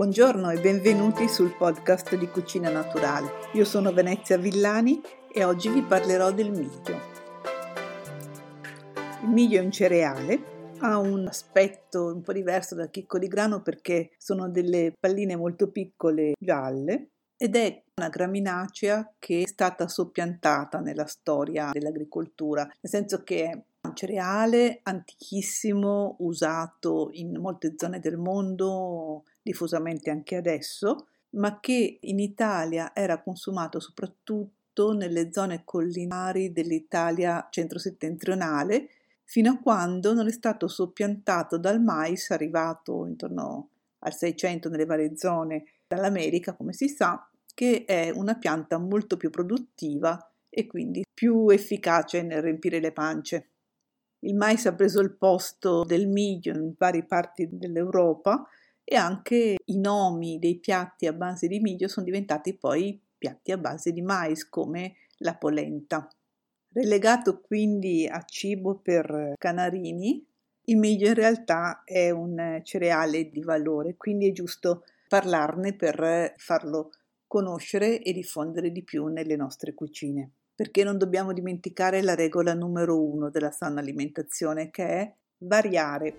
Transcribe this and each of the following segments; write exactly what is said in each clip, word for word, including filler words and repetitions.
Buongiorno e benvenuti sul podcast di Cucina Naturale. Io sono Venezia Villani e oggi vi parlerò del miglio. Il miglio è un cereale, ha un aspetto un po' diverso dal chicco di grano perché sono delle palline molto piccole gialle ed è una graminacea che è stata soppiantata nella storia dell'agricoltura, nel senso che è un cereale antichissimo, usato in molte zone del mondo, diffusamente anche adesso, ma che in Italia era consumato soprattutto nelle zone collinari dell'Italia centro-settentrionale, fino a quando non è stato soppiantato dal mais, arrivato intorno al seicento nelle varie zone dall'America, come si sa, che è una pianta molto più produttiva e quindi più efficace nel riempire le pance. Il mais ha preso il posto del miglio in varie parti dell'Europa e anche i nomi dei piatti a base di miglio sono diventati poi piatti a base di mais, come la polenta. Relegato quindi a cibo per canarini, il miglio in realtà è un cereale di valore, quindi è giusto parlarne per farlo conoscere e diffondere di più nelle nostre cucine. Perché non dobbiamo dimenticare la regola numero uno della sana alimentazione, che è variare.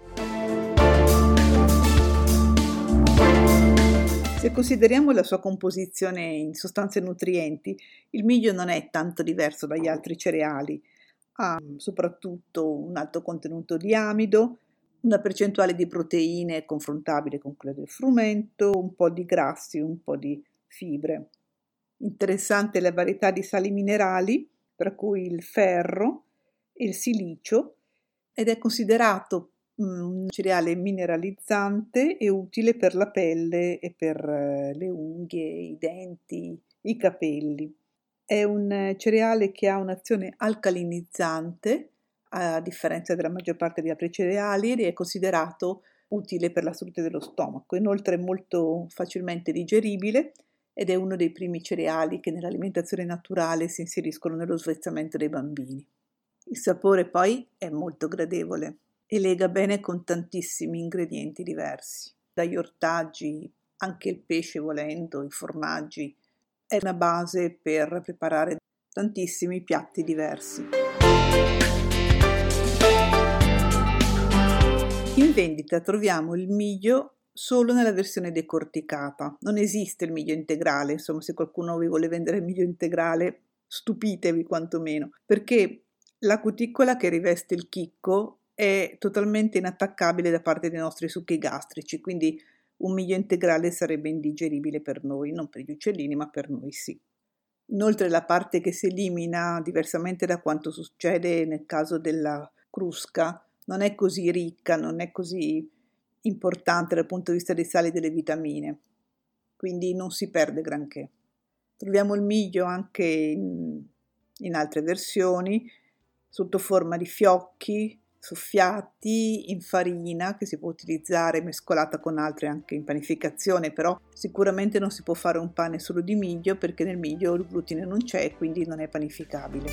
Se consideriamo la sua composizione in sostanze nutrienti, il miglio non è tanto diverso dagli altri cereali. Ha soprattutto un alto contenuto di amido, una percentuale di proteine confrontabile con quella del frumento, un po' di grassi, un po' di fibre. Interessante la varietà di sali minerali, tra cui il ferro e il silicio, ed è considerato un cereale mineralizzante e utile per la pelle e per le unghie, i denti, i capelli. È un cereale che ha un'azione alcalinizzante, a differenza della maggior parte degli altri cereali, ed è considerato utile per la salute dello stomaco. Inoltre è molto facilmente digeribile ed è uno dei primi cereali che nell'alimentazione naturale si inseriscono nello svezzamento dei bambini. Il sapore poi è molto gradevole e lega bene con tantissimi ingredienti diversi, dagli ortaggi, anche il pesce volendo, i formaggi. È una base per preparare tantissimi piatti diversi. In vendita troviamo il miglio solo nella versione decorticata, non esiste il miglio integrale. Insomma, se qualcuno vi vuole vendere il miglio integrale, stupitevi quantomeno, perché la cuticola che riveste il chicco è totalmente inattaccabile da parte dei nostri succhi gastrici, quindi un miglio integrale sarebbe indigeribile per noi, non per gli uccellini, ma per noi sì. Inoltre la parte che si elimina, diversamente da quanto succede nel caso della crusca, non è così ricca, non è così importante dal punto di vista dei sali e delle vitamine, quindi non si perde granché. Troviamo il miglio anche in, in altre versioni, sotto forma di fiocchi, soffiati, in farina, che si può utilizzare mescolata con altre anche in panificazione, però sicuramente non si può fare un pane solo di miglio perché nel miglio il glutine non c'è e quindi non è panificabile.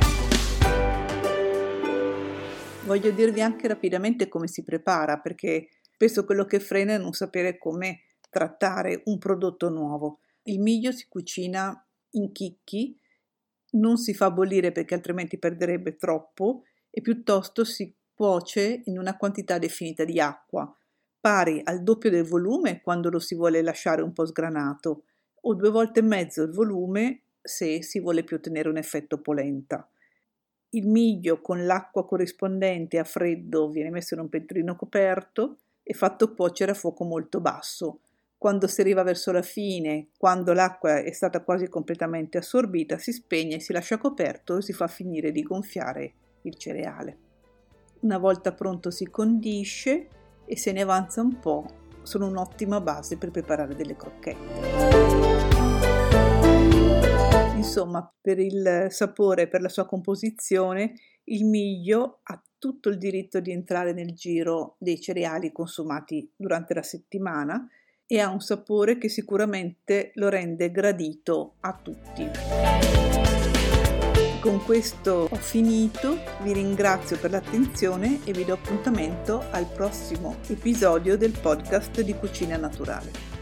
Voglio dirvi anche rapidamente come si prepara, perché spesso quello che frena è non sapere come trattare un prodotto nuovo. Il miglio si cucina in chicchi, non si fa bollire perché altrimenti perderebbe troppo e piuttosto si cuoce in una quantità definita di acqua, pari al doppio del volume quando lo si vuole lasciare un po' sgranato, o due volte e mezzo il volume se si vuole più ottenere un effetto polenta. Il miglio con l'acqua corrispondente a freddo viene messo in un pentolino coperto e fatto cuocere a fuoco molto basso. Quando si arriva verso la fine, quando l'acqua è stata quasi completamente assorbita, si spegne, si lascia coperto e si fa finire di gonfiare il cereale. Una volta pronto si condisce e se ne avanza un po', sono un'ottima base per preparare delle crocchette. Insomma, per il sapore e per la sua composizione, il miglio ha tutto il diritto di entrare nel giro dei cereali consumati durante la settimana e ha un sapore che sicuramente lo rende gradito a tutti. Con questo ho finito, vi ringrazio per l'attenzione e vi do appuntamento al prossimo episodio del podcast di Cucina Naturale.